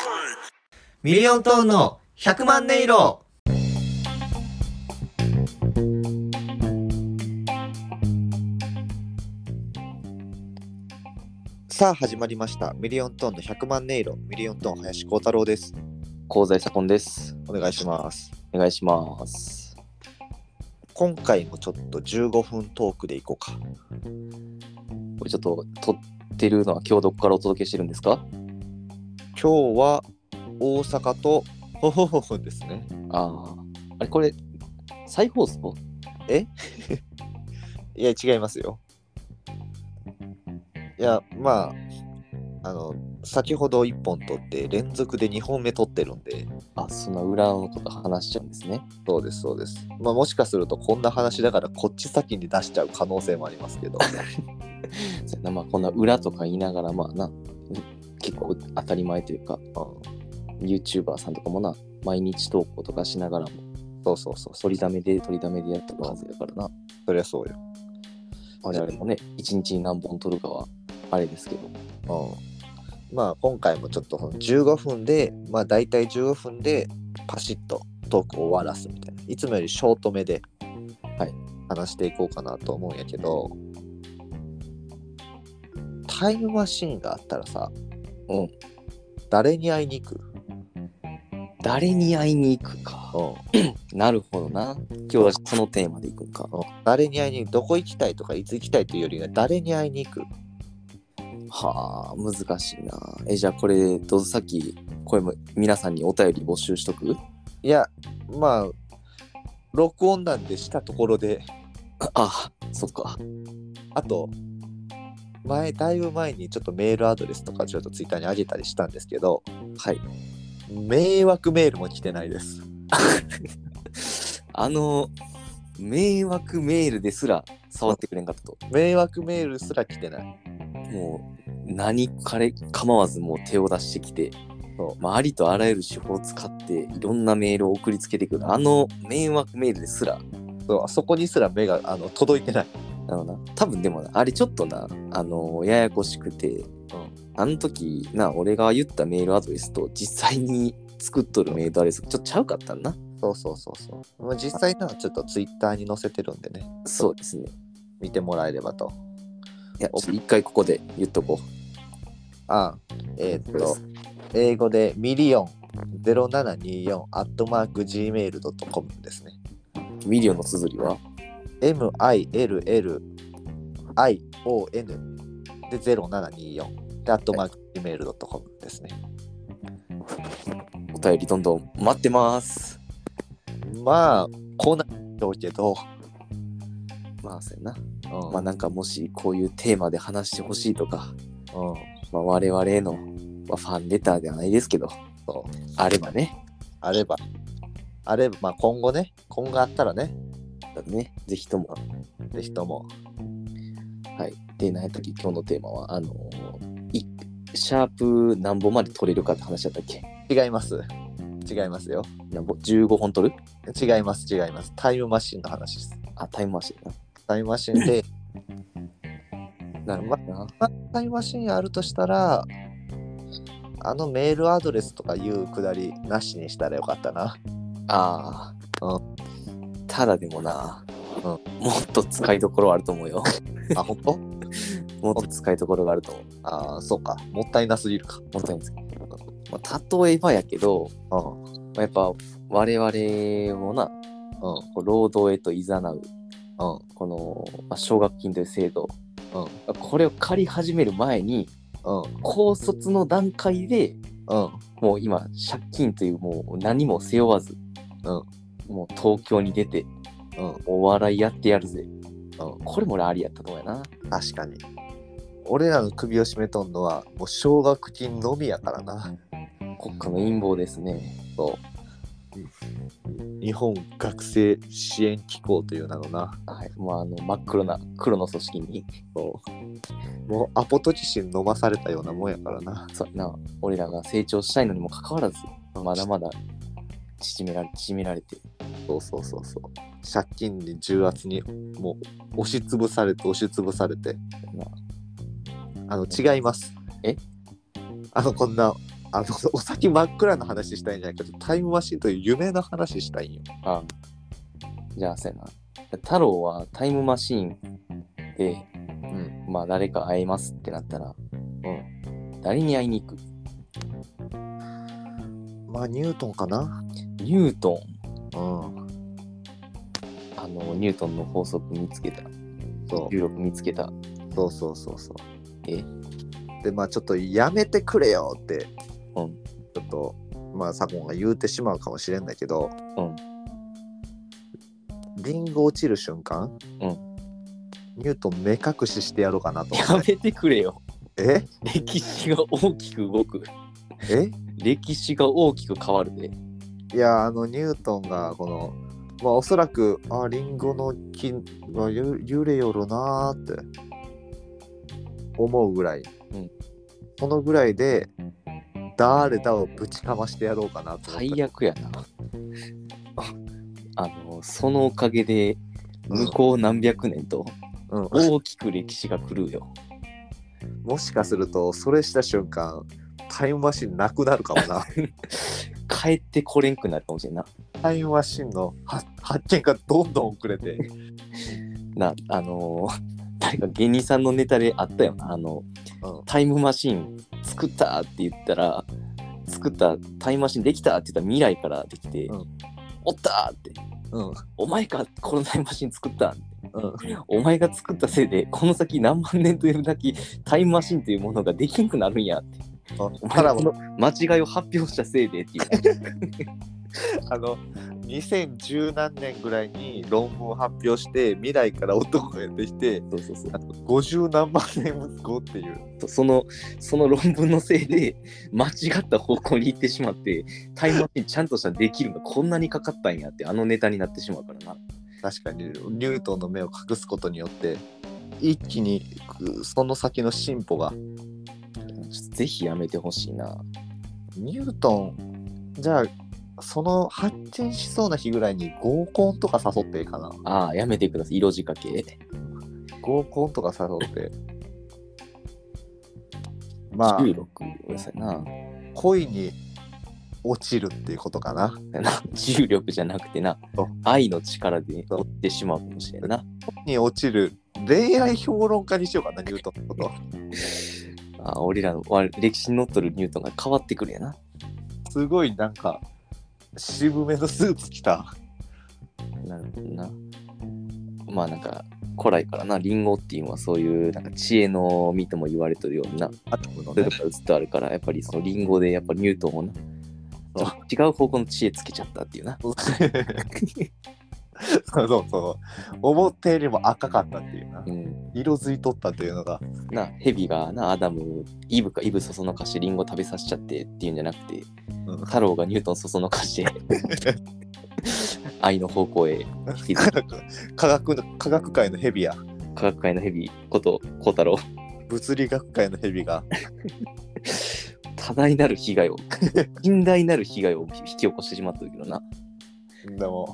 ミリオントーンの100万音色。 さあ始まりましたミリオントーンの100万音色。ミリオントーン林光太郎です。 香西左近です。 お願いします。 お願いします。 今回もちょっと15分トークでいこうか。 これちょっと撮ってるのは今日どこからお届けしてるんですか？ 今日は大阪とほほほほですね。 あれこれ再放送？ いや違いますよ。いやまあ先ほど1本撮って連続で2本目撮ってるんで。 そんな裏のこと話しちゃうんですね。 そうですそうです。もしかするとこんな話だからこっち先に出しちゃう可能性もありますけどそうやな、こんな裏とか言いながら結構当たり前というか、YouTuber さんとかもな毎日投稿とかしながらもそう取りだめでやってるはずやからな。 そりゃそうよ。 我々もね1日に何本撮るかはあれですけど、 今回もちょっと15分でだいたい15分でパシッとトークを終わらすみたいな、いつもよりショートめで話していこうかなと思うんやけど、タイムマシーンがあったらさ、誰に会いに行く？ 誰に会いに行くか。なるほどな。今日はそのテーマで行くんか。 誰に会いに行く？どこ行きたいとかいつ行きたいというよりは誰に会いに行く？ はあ、難しいな。じゃあこれどうぞ、さっき声も皆さんにお便り募集しとく？ いや録音なんでしたところでそっか。 あとだいぶ前にちょっとメールアドレスとかちょっとツイッターに上げたりしたんですけど、迷惑メールも来てないです迷惑メールですら触ってくれんかったと。 迷惑メールすら来てない。 もう何彼構わずもう手を出してきて、ありとあらゆる手法を使っていろんなメールを送りつけてくる迷惑メールですら、 そこにすら目が届いてない。 多分でもあれちょっとややこしくて、あの時俺が言ったメールアドレスと実際に作っとるメールアドレスちょっとちゃうかったんな。 そう実際ちょっとツイッターに載せてるんでね。 そうですね、 見てもらえればと。 いや一回ここで言っとこう。 英語でミリオン0724 @gmail.com ですね。 ミリオンの綴りは MILLION で0724で@gmail.com ですね。 お便りどんどん待ってます。 来ないでしょうけど、 そうやな。なんかもしこういうテーマで話してほしいとか、我々への、ファンレターではないですけど、あれば今後あったらね、ぜひとも。で、何やったっけ、今日のテーマはシャープ何本まで取れるかって話だったっけ？ 違いますよ。 15本取る？ 違います。タイムマシンの話です。 タイムマシンな。 タイムマシンでなるほどな。 タイムマシンあるとしたらメールアドレスとかいうくだりなしにしたらよかったな。 ただでもな、もっと使いどころあると思うよ。 本当？ もっと使いどころがあると思う。 そうか。もったいなすぎるか。 もったいないです。例えばやけど、やっぱ我々をな、労働へと誘う、この、奨学金という制度、これを借り始める前に、高卒の段階で、もう今借金というもう何も背負わず、もう東京に出て、お笑いやってやるぜ。これも俺ありやったと思うやな。 確かに。俺らの首を絞めとんのはもう奨学金のみやからな。 国家の陰謀ですね。 日本学生支援機構という名のな。 もう真っ黒な黒の組織にもうアポトキシン飲まされたようなもんやからな。 そうな。俺らが成長したいのにもかかわらずまだまだ縮められて。 借金に重圧にもう押しつぶされて違います。 え？ こんなお先真っ暗な話したいんじゃないけど、タイムマシンという夢の話したいんよ。 あじゃあそうやな。太郎はタイムマシーンで、まあ誰か会えますってなったら、誰に会いに行く？ まあニュートンかな。 ニュートン。 うん。 ニュートンの法則見つけた。 そう。 重力見つけた。 そう。で、まあちょっとやめてくれよって、ちょっと、まあ左近が言うてしまうかもしれんだけど、リンゴ落ちる瞬間、ニュートン目隠ししてやろうかなと思って。 やめてくれよ。 歴史が大きく動く。歴史が大きく変わるで。 いや、ニュートンがこの、まあおそらくリンゴの木が揺れよるなーって思うぐらい、そのぐらいで誰だをぶちかましてやろうかなと思って。 最悪やな。そのおかげで向こう何百年と大きく歴史が狂うよ。 もしかするとそれした瞬間タイムマシンなくなるかもな。 帰ってこれんくなるかもしれんな。 タイムマシンの発見がどんどん遅れて誰か芸人さんのネタであったよな。タイムマシン作ったって言ったら、作ったタイムマシンできたって言ったら未来からできて、おったって、お前かこのタイムマシン作ったん、お前が作ったせいでこの先何万年というだけタイムマシンというものができんくなるんやって、お前らの間違いを発表したせいでっていう 2010何年ぐらいに論文を発表して未来から男がやってきて、50何万年後っていうその論文のせいで間違った方向に行ってしまって、タイムマシンちゃんとしたらできるのこんなにかかったんやってネタになってしまうからな。 確かにニュートンの目を隠すことによって一気にその先の進歩が。 ちょっとぜひやめてほしいな。 ニュートンじゃあその発展しそうな日ぐらいに合コンとか誘っていいかな。 やめてください。色仕掛け合コンとか誘ってまあ 16歳な。 恋に落ちるっていうことかな。 重力じゃなくてな、愛の力で落ちてしまうかもしれんな。 に落ちる恋愛評論家にしようかな、ニュートンのこと。 俺らの歴史にのっとるニュートンが変わってくるやな。 すごいなんか渋めのスーツ着た。 なるほどな。まあなんか古来からな、リンゴっていうのはそういうなんか知恵の実とも言われてるようなアトムのね、ずっとあるから、やっぱりそのリンゴでやっぱニュートンをな、違う方向の知恵つけちゃったっていうな。 そう思ったよりも赤かったっていうな、色づいとったっていうのがな。ヘビがな、アダムイブそそのかしてリンゴ食べさせちゃってっていうんじゃなくて、太郎がニュートンそそのかして愛の方向へ科学界のヘビや。 科学界のヘビこと孝太郎。 物理学界のヘビが多大なる被害を甚大なる被害を引き起こしてしまったけどな。 でも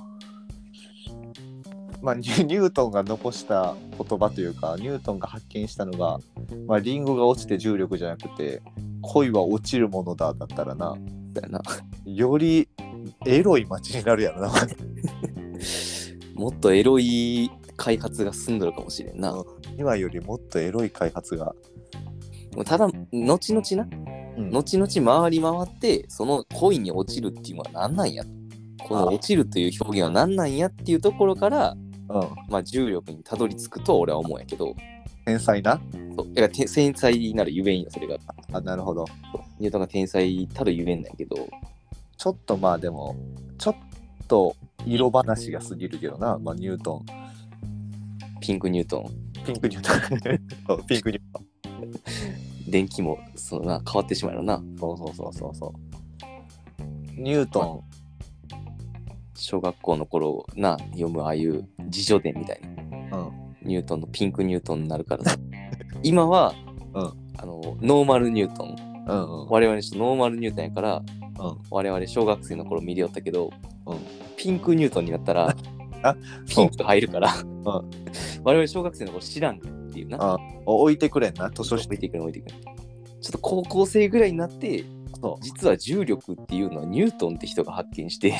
まあ、ニュートンが残した言葉というか、ニュートンが発見したのが、まあ、リンゴが落ちて重力じゃなくて恋は落ちるものだったらな、 だよな。 よりエロい街になるやろな。 もっとエロい開発が進んどるかもしれんな。 今よりもっとエロい開発が。 ただ後々な、後々回り回ってその恋に落ちるっていうのは何なんや、この落ちるという表現は何なんやっていうところから、まあ重力にたどり着くと俺は思うんやけど。 天才な。 そう、だから天才になるゆえんよ、それが。 なるほど。 ニュートンが天才たるゆえんなんやけど、 ちょっとまあでもちょっと色話が過ぎるけどな、まあニュートン。 ピンクニュートン。 ピンクニュートン。電気もそのな変わってしまうよな。 そう。ニュートン。 小学校の頃な読むああいう自叙伝みたいな、ニュートンのピンクニュートンになるからさ今は、ノーマルニュートン、我々の人ノーマルニュートンやから、我々小学生の頃見れよったけど、ピンクニュートンになったらピンク入るから、我々小学生の頃知らんっていうな。 置いてくれんな、図書室。 置いてくれん。ちょっと高校生ぐらいになってそう実は重力っていうのはニュートンって人が発見して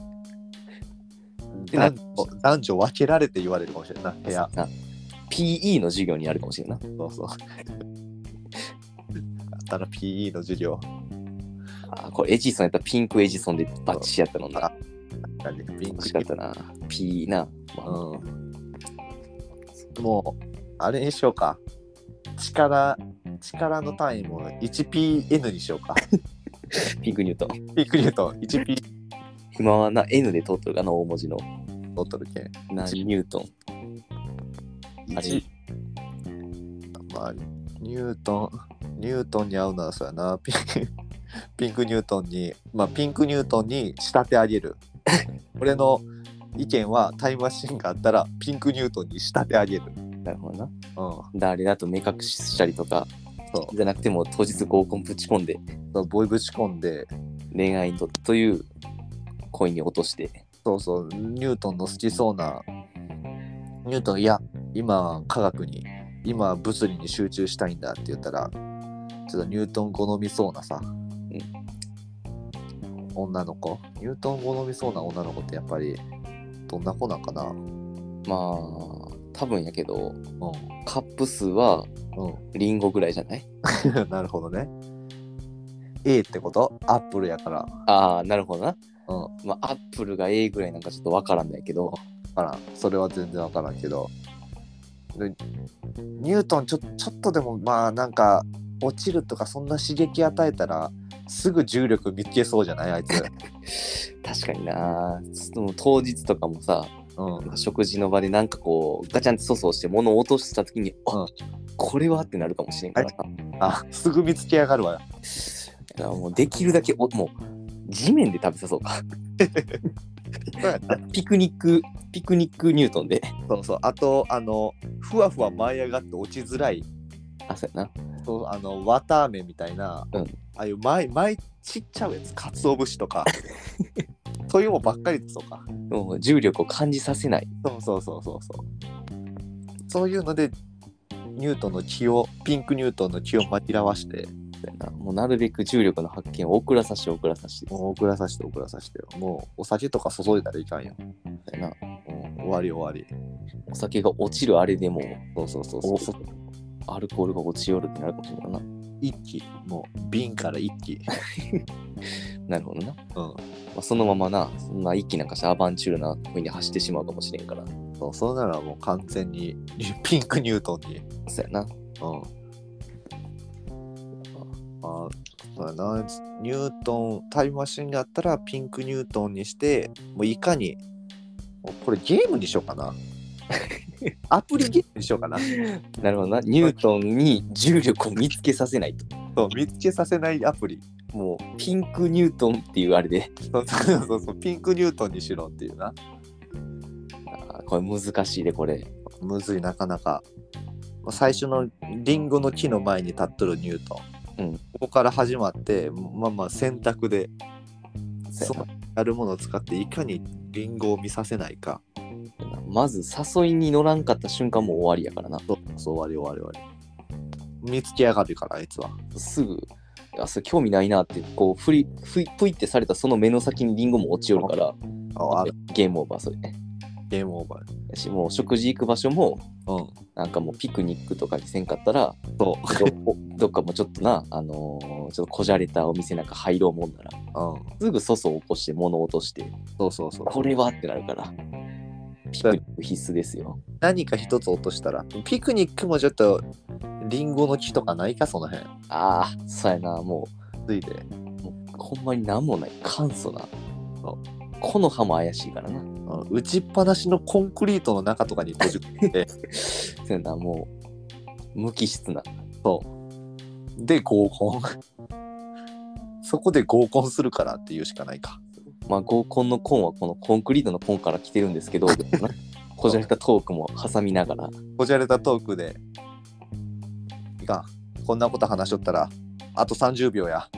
で男女分けられて言われるかもしれんない部屋。 PE の授業にあるかもしれんな。 そうそう。あったら PE の授業。 これエジソンやったらピンクエジソンでバッチリやったのな。 ピンク欲しかったな。PE な。 もうあれにしようか。力の単位も 1pn にしようか。 ピンクニュートン。 ピンクニュートン 1p 今はな N で通ってるかな、大文字の。 取っとるけん。 ニュートン。あれ 1まあニュートンに合うのはそうやな。ピンクニュートンにピンクニュートンに仕立て上げる。俺の意見はタイムマシンがあったらピンクニュートンに仕立て上げる。 なるほどな。 うん。 誰だと目隠ししたりとか、 そうじゃなくても当日合コンぶち込んで、 ボイぶち込んで、 恋愛という恋に落として。 そうそう、ニュートンの好きそうな、ニュートン、いや、今科学に、今物理に集中したいんだって言ったら、ちょっとニュートン好みそうなさ、女の子、ニュートン好みそうな女の子ってやっぱり、どんな子なんかな。 まあ、多分やけど、 うカップ数はん。 リンゴぐらいじゃない？ なるほどね。A ってことアップルやから。 ああ、なるほどな。 うん。 まあ、アップルが A ぐらいなんかちょっとわからんだけど。 それは全然わからんけど。でニュートンちょっとでもなんか落ちるとかそんな刺激与えたらすぐ重力見つけそうじゃないあいつ。 確かにな。その当日とかもさ、食事の場でなんかこうガチャンと粗相して物を落とした時に、これはってなるかもしれんからな。すぐ見つけやがるわ。 もうできるだけもう地面で食べさそうか。ピクニックニュートンで。 そうそう。あとふわふわ舞い上がって落ちづらい。 そうやな。 そう綿あめみたいな、ああいう舞ちっちゃうやつ、かつお節とかそういうのばっかりでそうか。 もう重力を感じさせない。 そういうのでニュートンの気をピンクニュートンの気を紛らわして、 もうなるべく重力の発見を遅らさしてもう遅らさしてよ。もうお酒とか注いだらいかんよ。 だよな。 終わり。 お酒が落ちるあれでもそうアルコールが落ちよるってなるかもしれないな。 一気、もう瓶から一気。 なるほどな。そのままな、そんな一気なんかしてアバンチュールな風に走ってしまうかもしれんから。 そうならもう完全にピンクニュートンに。 そうやな。 そうやな。ニュートンタイムマシンがあったらピンクニュートンにして、もういかにこれゲームにしようかな。アプリゲームにしようかな。 なるほどな。ニュートンに重力を見つけさせないと。 そう、見つけさせないアプリ。 もうピンクニュートンっていうあれで。 そうピンクニュートンにしろっていうな。 これ難しいでこれ。 むずいなかなか。最初のリンゴの木の前に立っとるニュートン。ここから始まって選択でそうあるものを使っていかにリンゴを見させないか。 まず誘いに乗らんかった瞬間もう終わりやからな。 そう終わり。見つけやがるからあいつは。 すぐそれ興味ないなってこうぷいってされたその目の先にリンゴも落ちよるからゲームオーバー。それね。 ゲームオーバー。しもう食事行く場所も、なんかもうピクニックとかにせんかったらどっかもちょっとなちょっとこじゃれたお店なんか入ろうもんなら、すぐ粗相を起こして物を落としてそうこれはってなるからピクニック必須ですよ。 何か一つ落としたらピクニックもちょっとリンゴの木とかないかその辺。 そうやな。もうついでもうほんまになんもない簡素な木の葉も怪しいからな。 打ちっぱなしのコンクリートの中とかに閉じ込めてそうやな。もう無機質な。 で合コンそこで合コンするからっていうしかないか。 合コンのコンはこのコンクリートのコンから来てるんですけどこじゃれたトークも挟みながらこじゃれたトークでいかんこんなこと話しとったらあと30秒や。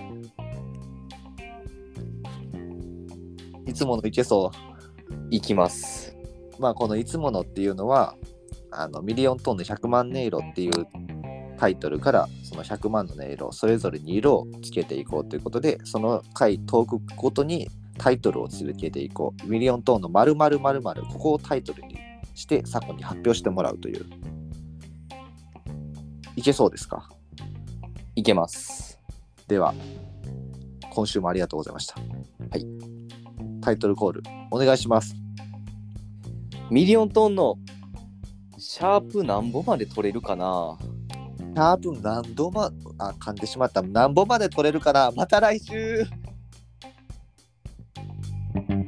いつものいけそう。 いきます。 このいつものっていうのはミリオントンの100万音色っていうタイトルからその100万の音色それぞれに色をつけていこうということで、その回トークごとにタイトルを続けていこう。ミリオントーンの〇〇〇〇、ここをタイトルにしてサコに発表してもらうという。いけそうですか？ いけます。 では今週もありがとうございました。 はい。 タイトルコールお願いします。 ミリオントーンのシャープ何本まで取れるかな。 多分噛んでしまった。何本まで取れるかな。また来週。